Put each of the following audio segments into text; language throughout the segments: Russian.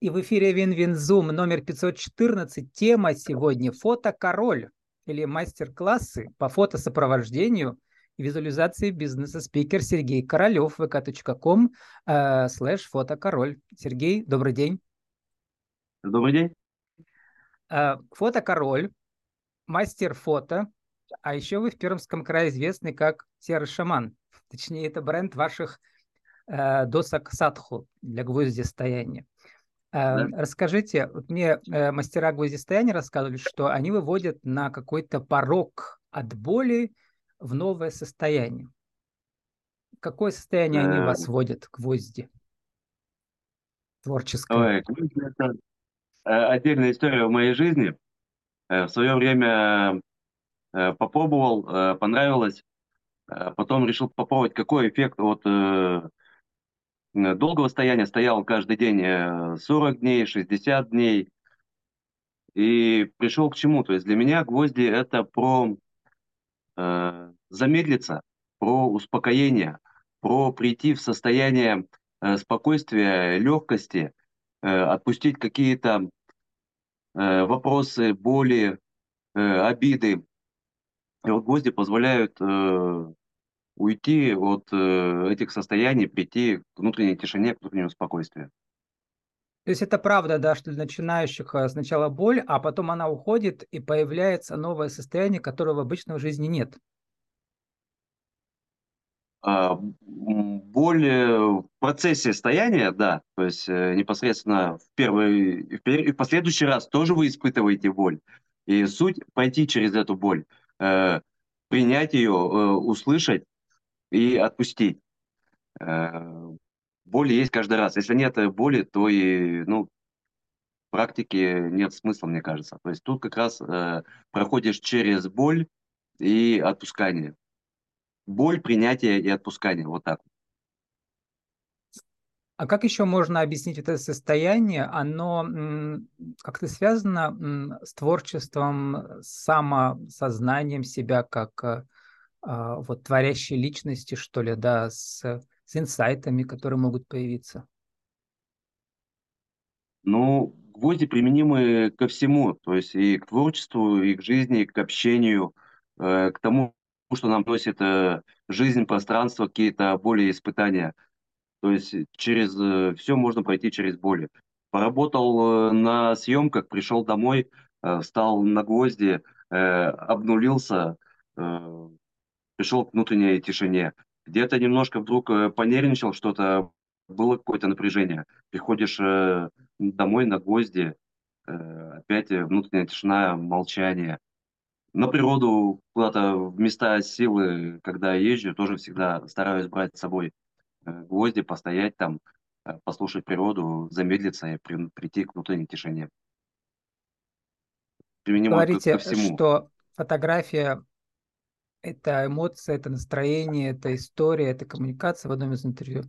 И в эфире Вин-Вин-Зум номер 514. Тема сегодня «Фотокороль» или мастер-классы по фотосопровождению и визуализации бизнеса. Спикер Сергей Королев, vk.com /фотокороль. Сергей, добрый день. Добрый день. Фотокороль, мастер фото, а еще вы в Пермском крае известны как Серый шаман. Точнее, это бренд ваших досок садху для гвоздистояния. Да. Расскажите, вот мне мастера гвоздистояния рассказывали, что они выводят на какой-то порог от боли в новое состояние. В какое состояние они Э, вас вводят, гвозди, творческое? Ой, это отдельная история в моей жизни. В свое время попробовал, понравилось, потом решил попробовать, какой эффект от долгого стояния. Стоял каждый день 40 дней, 60 дней. И пришел к чему? То есть для меня гвозди это про замедлиться, про успокоение, про прийти в состояние спокойствия, легкости, отпустить какие-то вопросы, боли, обиды. И вот гвозди позволяют уйти от этих состояний, прийти к внутренней тишине, к внутреннему спокойствию. То есть это правда, да, что для начинающих сначала боль, а потом она уходит, и появляется новое состояние, которого обычно в жизни нет. Боль в процессе стояния, да, то есть непосредственно в первый и в последующий раз тоже вы испытываете боль. И суть пойти через эту боль, э, принять ее, услышать и отпустить. Э, Боль есть каждый раз. Если нет боли, то и ну, практики нет смысла, мне кажется. То есть тут как раз проходишь через боль и отпускание. Боль, принятие и отпускание. Вот так. А как еще можно объяснить это состояние? Оно как-то связано с творчеством, с самосознанием себя как вот творящей личности, что ли, да, с инсайтами, которые могут появиться. Ну, гвозди применимы ко всему, то есть и к творчеству, и к жизни, и к общению, к тому, что нам носит жизнь, пространство, какие-то боли и испытания. То есть через все можно пройти через боли. Поработал на съемках, пришел домой, встал на гвозди, обнулился, э, пришел к внутренней тишине. Где-то немножко вдруг понервничал, что-то было какое-то напряжение. Приходишь домой на гвозди, опять внутренняя тишина, молчание. На природу, куда-то в места силы, когда я езжу, тоже всегда стараюсь брать с собой гвозди, постоять там, послушать природу, замедлиться и прийти к внутренней тишине. Применимо ко Говорите, всему. что фотография– это эмоция, это настроение, это история, это коммуникация в одном из интервью.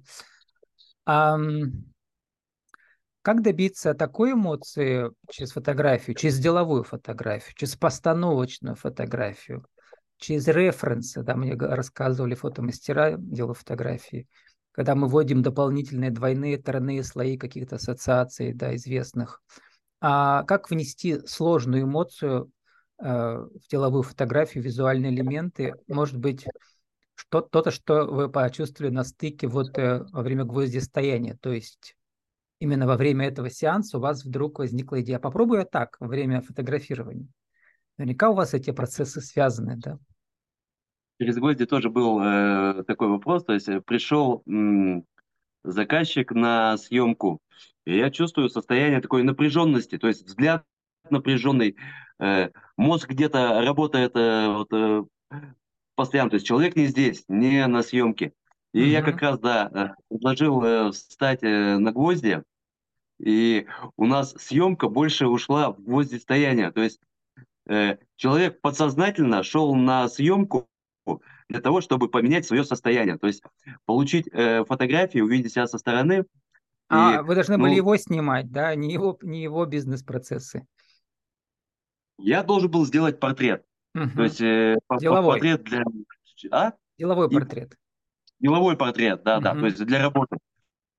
Как добиться такой эмоции через фотографию, через деловую фотографию, через постановочную фотографию, через референсы, да, мне рассказывали фотомастера, делают фотографии, когда мы вводим дополнительные двойные, тройные слои каких-то ассоциаций, да, известных. А как внести сложную эмоцию в деловую фотографию, визуальные элементы, может быть, что-то, что вы почувствовали на стыке вот во время гвоздистояния, то есть именно во время этого сеанса у вас вдруг возникла идея. Попробую я так во время фотографирования. Наверняка у вас эти процессы связаны, да? Через гвозди тоже был такой вопрос. То есть пришел заказчик на съемку, и я чувствую состояние такой напряженности, то есть взгляд напряженный, э, мозг где-то работает постоянно, то есть человек не здесь, не на съемке. И я как Мгм. раз, да, предложил встать на гвозди, и у нас съемка больше ушла в гвоздистояние. То есть человек подсознательно шел на съемку для того, чтобы поменять свое состояние. То есть получить фотографии, увидеть себя со стороны. А И, вы должны были ну, его снимать, да, не его бизнес-процессы. я должен был сделать портрет. То Мгм. есть Деловой. портрет для... А? Деловой И портрет. деловой портрет, да-да, то Мгм. есть для работы.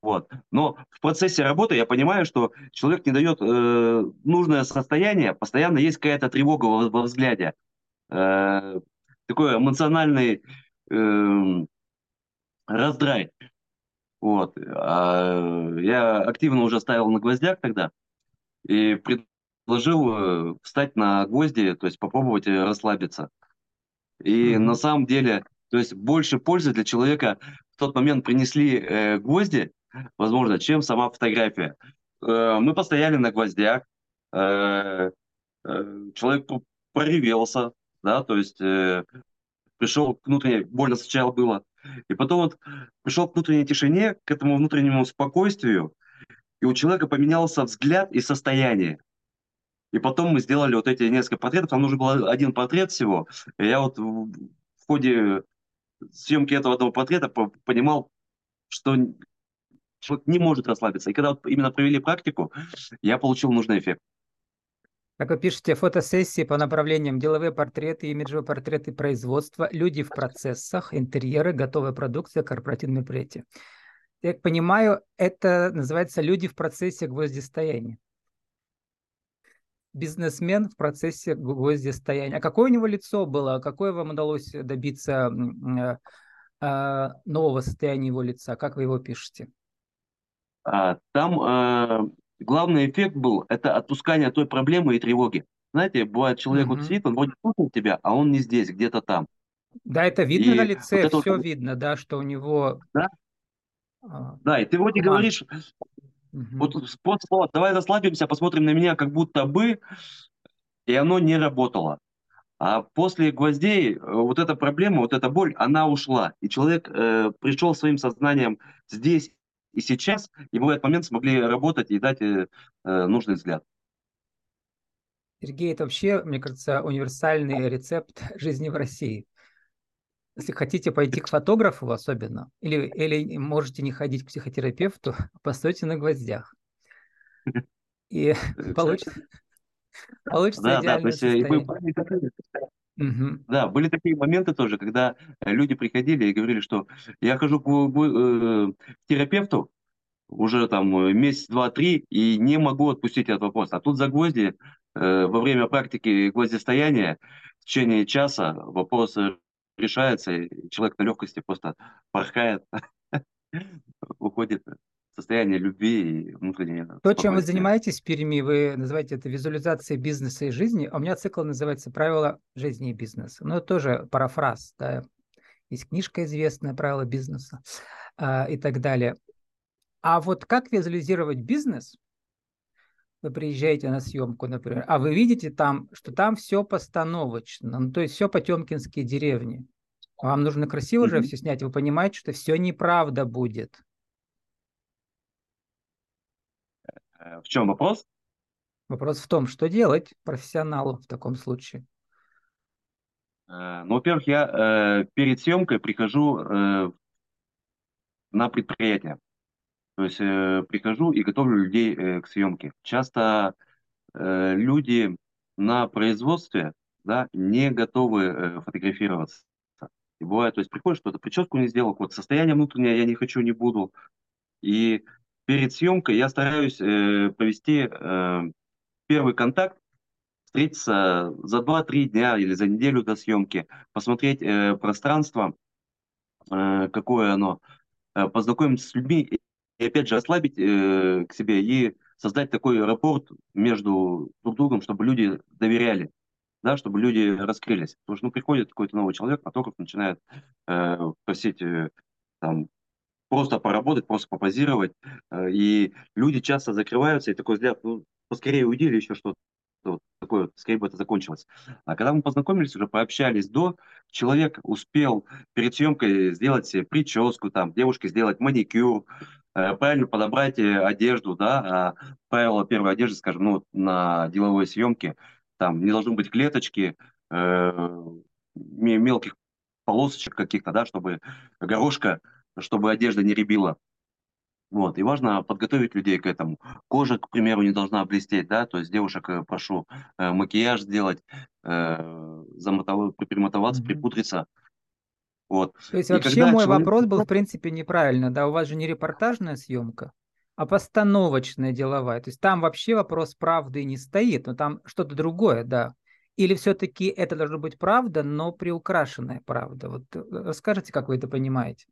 Вот. Но в процессе работы я понимаю, что человек не дает нужное состояние, постоянно есть какая-то тревога во взгляде, э, такой эмоциональный э, раздрай. Вот. Я активно уже ставил на гвоздях тогда и предложил встать на гвозди, то есть попробовать расслабиться. И на Мгм. самом деле, то есть больше пользы для человека в тот момент принесли гвозди, возможно, чем сама фотография. Мы постояли на гвоздях, э, человек проревелся, да, то есть пришел к внутренней, больно сначала было, и потом вот пришел к внутренней тишине, к этому внутреннему спокойствию, и у человека поменялся взгляд и состояние. И потом мы сделали вот эти несколько портретов, нам нужен был один портрет всего, и я вот в ходе съемки этого одного портрета понимал, что человек не может расслабиться. И когда вот именно провели практику, я получил нужный эффект. Как вы пишете, фотосессии по направлениям деловые портреты, имиджевые портреты производства, люди в процессах, интерьеры, готовая продукция, корпоративные мероприятия. Я так понимаю, это называется люди в процессе гвоздистояния. Бизнесмен в процессе гвоздистояния. А какое у него лицо было? Какое вам удалось добиться нового состояния его лица? Как вы его пишете? Там главный эффект был, это отпускание той проблемы и тревоги. Знаете, бывает, человек вот Мгм. сидит, он вроде слушает тебя, а он не здесь, где-то там. Да, это видно на И вот лице, это все вот, видно, да, что у него да, а, да, и ты вроде туман. говоришь, вот Мгм. просто слово, давай расслабимся, посмотрим на меня, как будто бы, и оно не работало. А после гвоздей вот эта проблема, вот эта боль, она ушла. И человек пришел своим сознанием здесь и сейчас, и в этот момент смогли работать и дать нужный взгляд. Сергей, это вообще, мне кажется, универсальный рецепт жизни в России. Если хотите пойти к фотографу особенно, или можете не ходить к психотерапевту, постойте на гвоздях. И Кстати, получится да, да, то идеальное есть состояние. Мгм. да, были такие моменты тоже, когда люди приходили и говорили, что я хожу к терапевту уже там месяц, два, три, и не могу отпустить этот вопрос. А тут за гвозди во время практики гвоздистояния в течение часа вопрос решается, и человек на легкости просто порхает, уходит в состояние любви и внутреннего То, чем вы спокойствия. занимаетесь в Перми, вы называете это визуализацией бизнеса и жизни, а у меня цикл называется «Правила жизни и бизнеса». Ну, это тоже парафраз, да. Есть книжка известная «Правила бизнеса» и так далее. А вот как визуализировать бизнес? Вы приезжаете на съемку, например, а вы видите там, что там все постановочно, ну, то есть все потемкинские деревни. Вам нужно красиво же Мгм. все снять, вы понимаете, что все неправда будет. В чем вопрос? Вопрос в том, что делать профессионалу в таком случае. Ну, во-первых, я перед съемкой прихожу на предприятие. То есть прихожу и готовлю людей к съемке. Часто люди на производстве, да, не готовы фотографироваться. И бывает, то есть приходишь, что-то прическу не сделал, вот состояние внутреннее я не хочу, не буду. И перед съемкой я стараюсь провести первый контакт, встретиться за два-три дня или за неделю до съемки, посмотреть пространство, какое оно, познакомиться с людьми и опять же ослабить к себе и создать такой аэропорт между друг другом, чтобы люди доверяли, да, чтобы люди раскрылись. Потому что ну, приходит какой-то новый человек, фотограф начинает просить там, просто поработать, просто попозировать, и люди часто закрываются, и такой взгляд, ну, поскорее уйди или еще что-то. Вот такое, вот, скорее бы это закончилось. А когда мы познакомились, уже пообщались человек успел перед съемкой сделать себе прическу, там, девушке сделать маникюр, правильно подобрать одежду, да, правила первой одежды, скажем, ну, вот на деловой съемке, там, не должны быть клеточки, мелких полосочек каких-то, да, чтобы горошка, чтобы одежда не рябила. Вот. И важно подготовить людей к этому. Кожа, к примеру, не должна блестеть, да, то есть девушек прошу макияж сделать, примотоваться, Мгм. припудриться. Вот. То есть И вообще когда мой человек... вопрос был в принципе неправильно, да, у вас же не репортажная съемка, а постановочная деловая. То есть там вообще вопрос правды не стоит, но там что-то другое, да. Или все-таки это должно быть правда, но приукрашенная правда? Вот расскажите, как вы это понимаете?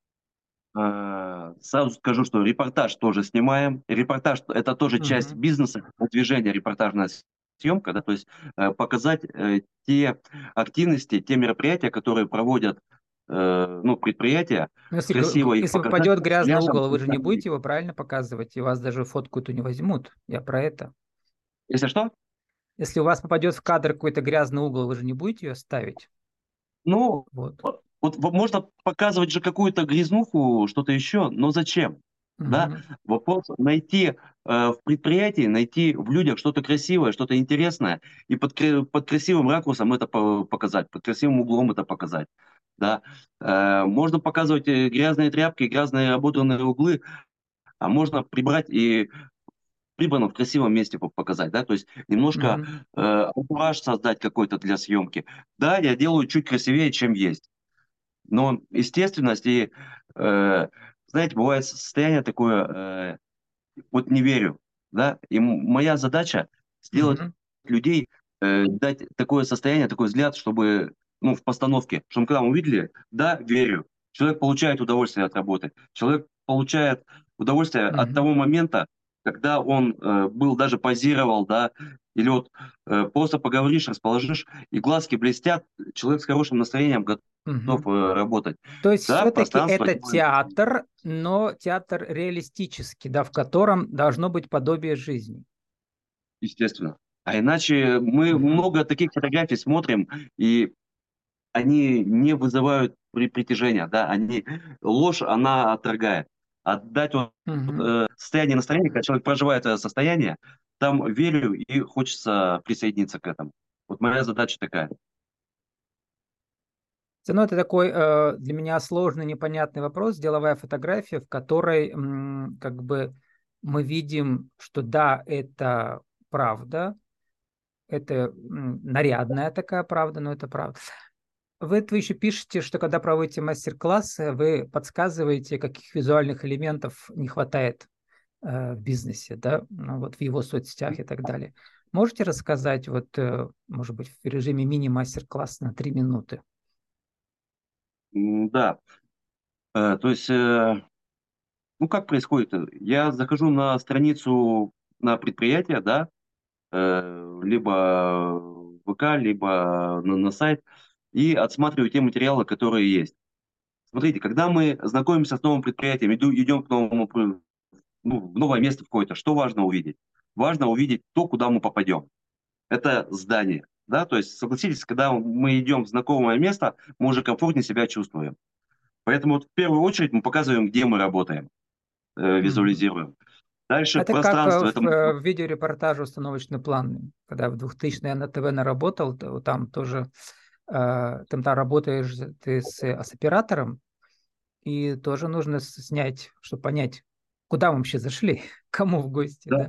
Сразу скажу, что репортаж тоже снимаем. Репортаж– это тоже часть Мгм. бизнеса, движения репортажная съемка, да, то есть показать те активности, те мероприятия, которые проводят ну, предприятия, Ну, если, красиво их если показать попадет с грязный пляжем. угол, вы же не будете его правильно показывать, и вас даже фотку-то не возьмут. Я про это. Если что, Если у вас попадет в кадр какой-то грязный угол, вы же не будете ее ставить. ну, Вот. можно показывать же какую-то грязнуху, что-то еще, но зачем? Да? Мгм. Вопрос найти в предприятии, найти в людях что-то красивое, что-то интересное, и под красивым ракурсом это показать, под красивым углом это показать. Да? Можно показывать грязные тряпки, грязные ободранные углы, а можно прибрать и прибрано в красивом месте показать, да, то есть немножко Мгм. антураж создать какой-то для съемки. Да, я делаю чуть красивее, чем есть. Но естественность и, знаете, бывает состояние такое, вот не верю, да, и моя задача сделать Мгм. людей, дать такое состояние, такой взгляд, чтобы, ну, в постановке, чтобы когда мы увидели, да, верю, человек получает удовольствие от работы, человек получает удовольствие от Мгм. того момента, когда он был, даже позировал, да, или вот просто поговоришь, расположишь, и глазки блестят, человек с хорошим настроением готов Мгм. работать. То есть Да, все-таки пространство это делаем, театр, но театр реалистический, да, в котором должно быть подобие жизни. естественно. А иначе мы Мгм. много таких фотографий смотрим, и они не вызывают притяжения, да, ложь, она отторгает. Отдать вот, Мгм. состояние настроения, когда человек проживает это состояние, там верю и хочется присоединиться к этому. Вот моя задача такая. Всё равно это такой для меня сложный, непонятный вопрос, деловая фотография, в которой как бы мы видим, что да, это правда, это нарядная такая правда, но это правда. Вы еще пишете, что когда проводите мастер-классы, вы подсказываете, каких визуальных элементов не хватает в бизнесе, да, ну, вот в его соцсетях и так далее. Можете рассказать, вот, может быть, в режиме мини-мастер-класс на 3 минуты? Да, то есть, ну как происходит? Я захожу на страницу, на предприятие, да, либо в ВК, либо на сайт, и отсматриваю те материалы, которые есть. Смотрите, когда мы знакомимся с новым предприятием, идем к новому, ну, в новое место какое-то, что важно увидеть? Важно увидеть то, куда мы попадем. Это здание. Да? То есть, согласитесь, когда мы идем в знакомое место, мы уже комфортнее себя чувствуем. Поэтому вот в первую очередь мы показываем, где мы работаем, Мгм. визуализируем. Дальше Это как пространство. Это в видеорепортаже «Установочный план». Когда в 2000-е я на ТВ наработал, то там тоже там работаешь ты с оператором, и тоже нужно снять, чтобы понять, куда мы вообще зашли, кому в гости, да, да.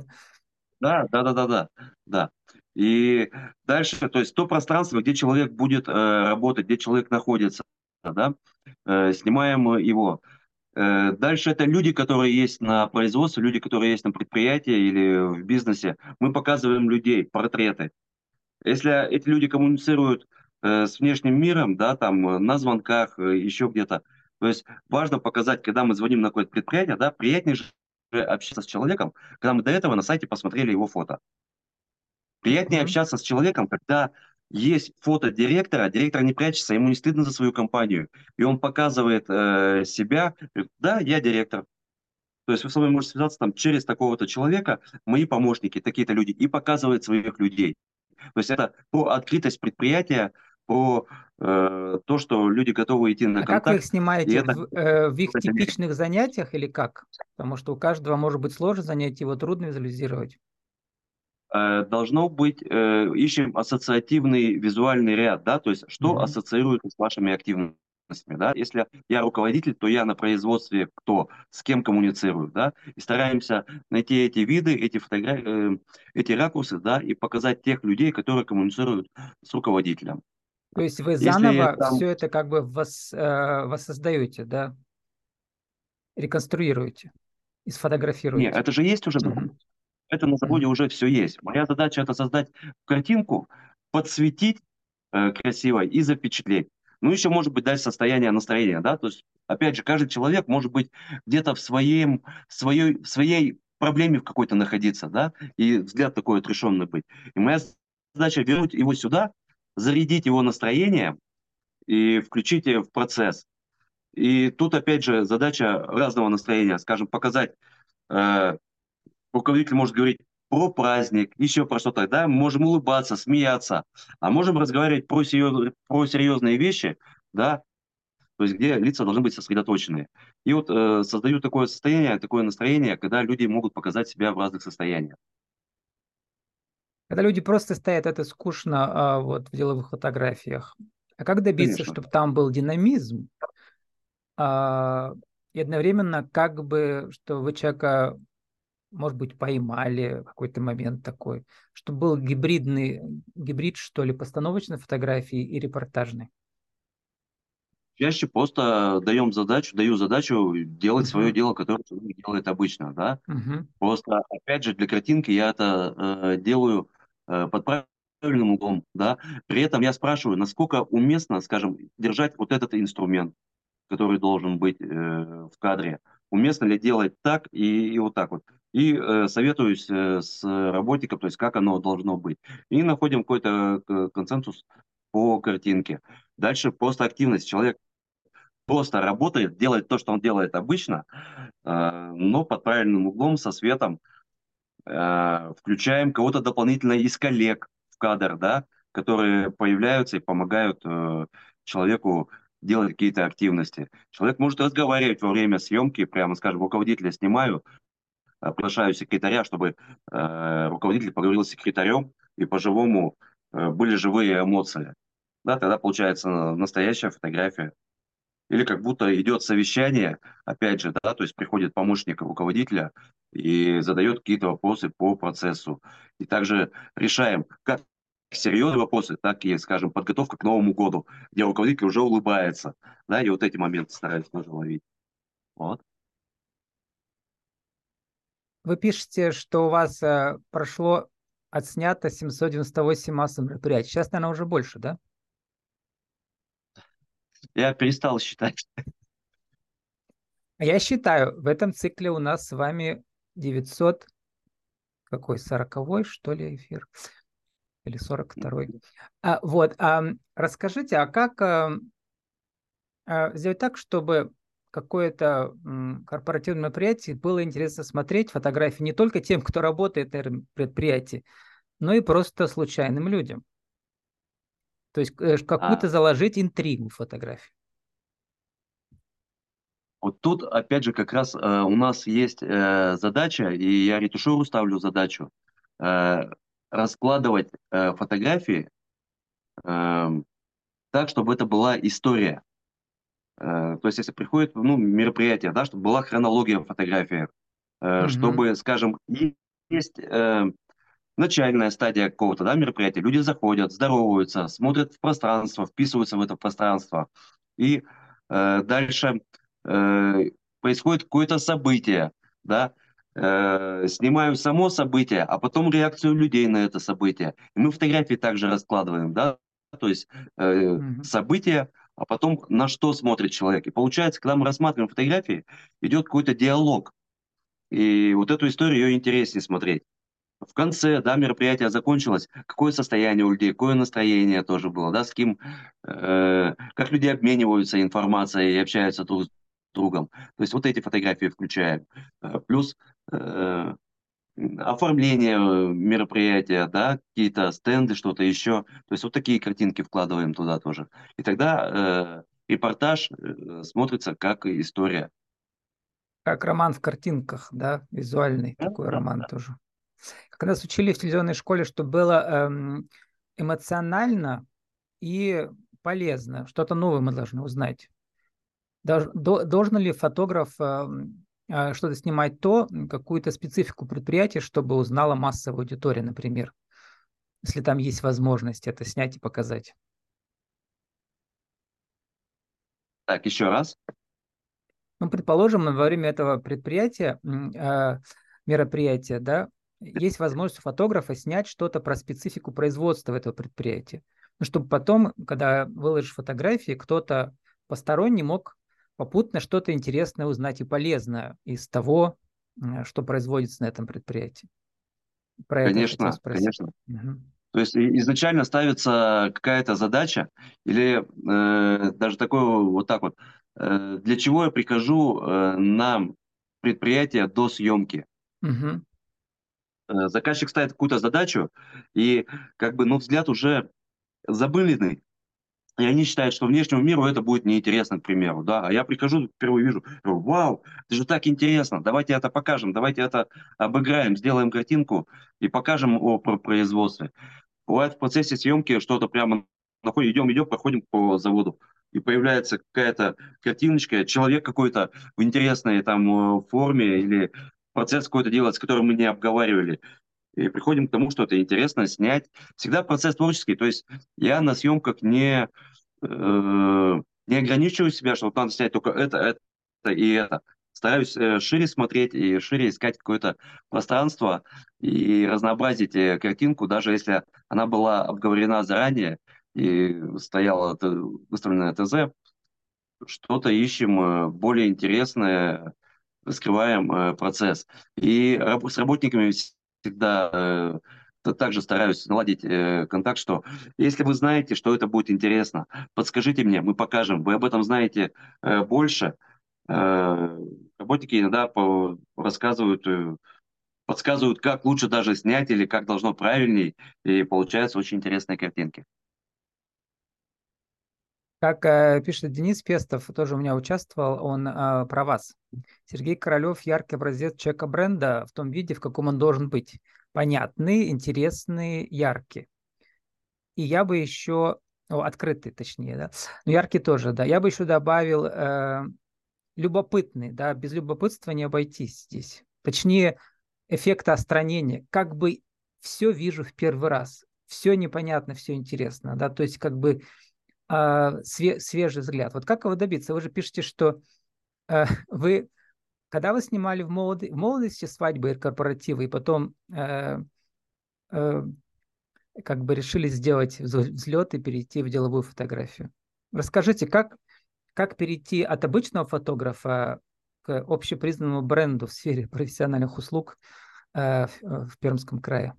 да. Да. И дальше, то есть то пространство, где человек будет работать, где человек находится, да, снимаем его. Дальше это люди, которые есть на производстве, люди, которые есть на предприятии или в бизнесе. Мы показываем людей, портреты. Если эти люди коммуницируют с внешним миром, да, там на звонках, еще где-то, то есть важно показать, когда мы звоним на какое-то предприятие, да, приятнее же общаться с человеком, когда мы до этого на сайте посмотрели его фото. Приятнее Мгм. общаться с человеком, когда есть фото директора, директор не прячется, ему не стыдно за свою компанию, и он показывает себя, говорит, да, я директор. То есть вы со мной можете связаться там через такого-то человека, мои помощники, такие-то люди, и показывает своих людей. То есть это про открытость предприятия, про то, что люди готовы идти на А как вы их контакт, и снимаете? это В их доверие. типичных занятиях или как? Потому что у каждого может быть сложно занятие, его трудно визуализировать. Должно быть, ищем ассоциативный визуальный ряд, да, то есть что Мгм. ассоциируется с вашими активностями, да. Если я руководитель, то я на производстве кто, с кем коммуницирую, да, и стараемся найти эти виды, эти фотографии, эти ракурсы, да, и показать тех людей, которые коммуницируют с руководителем. То есть вы Если заново там... все это как бы воссоздаете, да, реконструируете и Нет, сфотографируете. это же есть уже. Мгм. Это на заводе Мгм. уже все есть. Моя задача это создать картинку, подсветить красиво и запечатлеть. Ну, еще может быть дать состояние настроения, да, то есть, опять же, каждый человек может быть где-то в своей проблеме в какой-то находиться, да, и взгляд такой отрешенный быть. И моя задача вернуть его сюда, зарядить его настроением и включить в процесс. И тут, опять же, задача разного настроения, скажем, показать э, руководитель может говорить про праздник, еще про что-то, да, мы можем улыбаться, смеяться, а можем разговаривать про серьезные вещи, да, то есть где лица должны быть сосредоточены. И вот создаю такое состояние, такое настроение, когда люди могут показать себя в разных состояниях. Когда люди просто стоят, это скучно вот в деловых фотографиях. А как добиться, Конечно. чтобы там был динамизм, а, и одновременно как бы, что вы человека, может быть, поймали в какой-то момент такой, чтобы был гибрид, что ли, постановочной фотографии и репортажной? Чаще просто даю задачу делать свое Мгм. дело, которое человек делает обычно, да. Мгм. Просто, опять же, для картинки я это делаю под правильным углом, да. При этом я спрашиваю, насколько уместно, скажем, держать вот этот инструмент, который должен быть в кадре. Уместно ли делать так и вот так вот. И советуюсь с работником, то есть как оно должно быть. И находим какой-то консенсус по картинке. Дальше просто активность. Человек просто работает, делает то, что он делает обычно, но под правильным углом, со светом. Включаем кого-то дополнительно из коллег в кадр, да, которые появляются и помогают человеку делать какие-то активности. Человек может разговаривать во время съемки, прямо скажем, руководителя снимаю, приглашаю секретаря, чтобы руководитель поговорил с секретарем, и по-живому были живые эмоции. Да, тогда получается настоящая фотография. Или как будто идет совещание, опять же, да, то есть приходит помощник руководителя и задает какие-то вопросы по процессу. И также решаем как серьезные вопросы, так и, скажем, подготовка к Новому году, где руководитель уже улыбается. Да, и вот эти моменты стараюсь тоже ловить. Вот. Вы пишете, что у вас прошло отснято 798 массовых мероприятий. Сейчас, наверное, уже больше, да? Я перестал считать. А я считаю, в этом цикле у нас с вами 900, какой, 40 что ли, эфир? Или 42-й? Расскажите, а как сделать так, чтобы какое-то корпоративное мероприятие было интересно смотреть фотографии не только тем, кто работает на этом предприятии, но и просто случайным людям? То есть какую-то А заложить интригу в фотографии. вот тут, опять же, как раз у нас есть задача, и я ретушеру ставлю задачу, э, раскладывать фотографии эм, так, чтобы это была история. То есть, если приходит ну, мероприятие, да, чтобы была хронология в фотографиях, Мгм. чтобы, скажем, есть начальная стадия какого-то да, мероприятия, люди заходят, здороваются, смотрят в пространство, вписываются в это пространство, и дальше э, происходит какое-то событие, да, снимаю само событие, а потом реакцию людей на это событие. И мы фотографии также раскладываем, да, то есть Мгм. событие, а потом на что смотрит человек. И получается, когда мы рассматриваем фотографии, идет какой-то диалог. И вот эту историю ее интереснее смотреть. В конце, да, мероприятие закончилось, какое состояние у людей, какое настроение тоже было, да, с кем, как люди обмениваются информацией и общаются друг с другом. То есть вот эти фотографии включаем. Плюс э, оформление мероприятия, да, какие-то стенды, что-то еще. То есть вот такие картинки вкладываем туда тоже. И тогда репортаж смотрится как история. Как роман в картинках, да, визуальный Да, такой да. роман тоже. Как нас учили в телевизионной школе, что было эмоционально и полезно. Что-то новое мы должны узнать. Должен ли фотограф что-то снимать какую-то специфику предприятия, чтобы узнала массовая аудитория, например, если там есть возможность это снять и показать? Так, еще раз. Ну, предположим, во время этого мероприятия, да, есть возможность у фотографа снять что-то про специфику производства этого предприятия. Ну, чтобы потом, когда выложишь фотографии, кто-то посторонний мог попутно что-то интересное узнать и полезное из того, что производится на этом предприятии. Про это я хотел Конечно, спросить. конечно. Мгм. То есть изначально ставится какая-то задача или даже такое вот так вот. Для чего я прихожу на предприятие до съемки? Мгм. Заказчик ставит какую-то задачу, и как бы, ну, взгляд уже забыленный. И они считают, что внешнему миру это будет неинтересно, к примеру, да. А я прихожу, впервые вижу, говорю: вау, это же так интересно, давайте это покажем, давайте это обыграем, сделаем картинку и покажем о производстве. Бывает в процессе съемки что-то прямо находим, идем, проходим по заводу, и появляется какая-то картиночка, человек какой-то в интересной там форме или процесс какой-то делать, с которым мы не обговаривали. И приходим к тому, что это интересно снять. Всегда процесс творческий, то есть я на съемках не ограничиваю себя, что вот надо снять только это и это. Стараюсь шире смотреть и шире искать какое-то пространство и разнообразить картинку, даже если она была обговорена заранее и стояла выставленная ТЗ, что-то ищем более интересное, раскрываем процесс. И с работниками всегда также стараюсь наладить контакт, что если вы знаете, что это будет интересно, подскажите мне, мы покажем. Вы об этом знаете больше. Э, Работники иногда рассказывают, подсказывают, как лучше даже снять или как должно правильней, и получаются очень интересные картинки. Как пишет Денис Пестов, тоже у меня участвовал, он про вас. Сергей Королев– яркий образец человека бренда в том виде, в каком он должен быть. Понятный, интересный, яркий. И я бы еще, открытый точнее, да, но яркий тоже, да. Я бы еще добавил любопытный, да, без любопытства не обойтись здесь. Точнее, эффекта отстранения. Как бы все вижу в первый раз, все непонятно, все интересно, да, то есть как бы свежий взгляд. Вот как его добиться? Вы же пишете, что вы, когда вы снимали в молодости свадьбы и корпоративы, и потом э, как бы решили сделать взлет и перейти в деловую фотографию. Расскажите, как перейти от обычного фотографа к общепризнанному бренду в сфере профессиональных услуг в Пермском крае?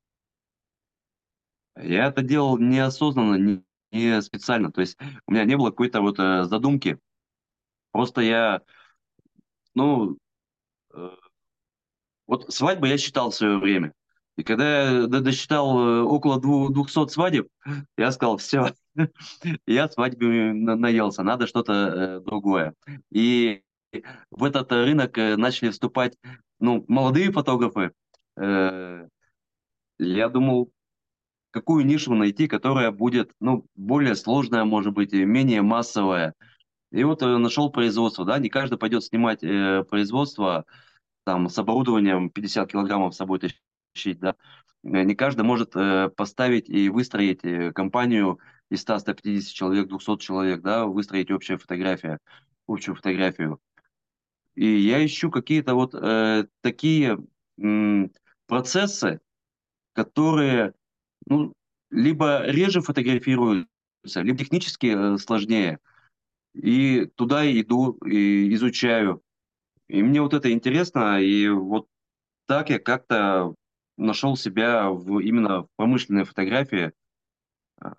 Я это делал неосознанно, не специально. То есть у меня не было какой-то вот задумки. Просто я, ну, э, вот свадьбы я считал в свое время. И когда я досчитал около 200 свадеб, я сказал, все, я свадьбами наелся, надо что-то другое. И в этот рынок начали вступать, ну, молодые фотографы. Э, Я думал, какую нишу найти, которая будет, ну, более сложная, может быть, и менее массовая. И вот нашел производство, да, не каждый пойдет снимать производство там с оборудованием 50 килограммов с собой тащить, да. Не каждый может поставить и выстроить компанию из 100-150 человек, 200 человек, да, выстроить общую фотографию. И я ищу какие-то вот такие процессы, которые, ну, либо реже фотографируются, либо технически сложнее. И туда иду, и изучаю. И мне вот это интересно, и вот так я как-то нашел себя именно в промышленной фотографии, а,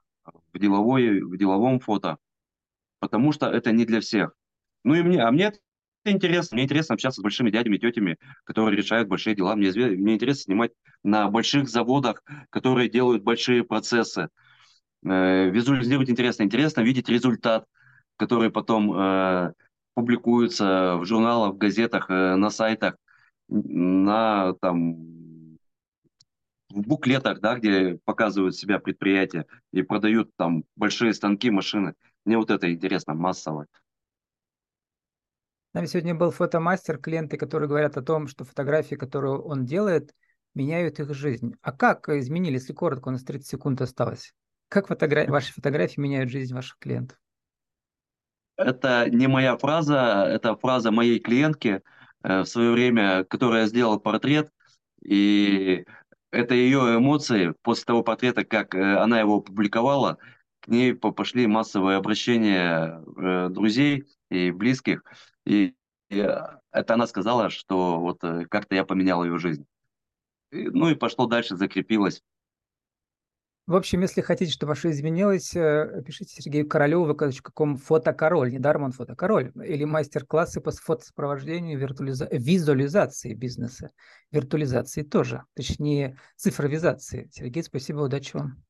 в деловом фото, потому что это не для всех. Ну и мне это интересно. Мне интересно общаться с большими дядями, тетями, которые решают большие дела. Мне интересно снимать на больших заводах, которые делают большие процессы. Визуализировать интересно. Интересно видеть результат, который потом публикуется в журналах, в газетах, на сайтах, на там в буклетах, да, где показывают себя предприятия и продают там большие станки, машины. Мне вот это интересно, массово. С нами сегодня был фотомастер, клиенты, которые говорят о том, что фотографии, которые он делает, меняют их жизнь. А как изменили, если коротко, у нас 30 секунд осталось? Как ваши фотографии меняют жизнь ваших клиентов? Это не моя фраза, это фраза моей клиентки в свое время, которая сделала портрет, и это ее эмоции после того портрета, как она его опубликовала, к ней пошли массовые обращения друзей и близких, и это она сказала, что вот как-то я поменял ее жизнь. Ну и пошло дальше, закрепилось. В общем, если хотите, чтобы ваше изменилось, пишите Сергею Королеву, выкладывайте, каком фотокороль, недаром он фотокороль, или мастер-классы по фотосопровождению, визуализации бизнеса, виртуализации тоже, точнее цифровизации. Сергей, спасибо, удачи вам.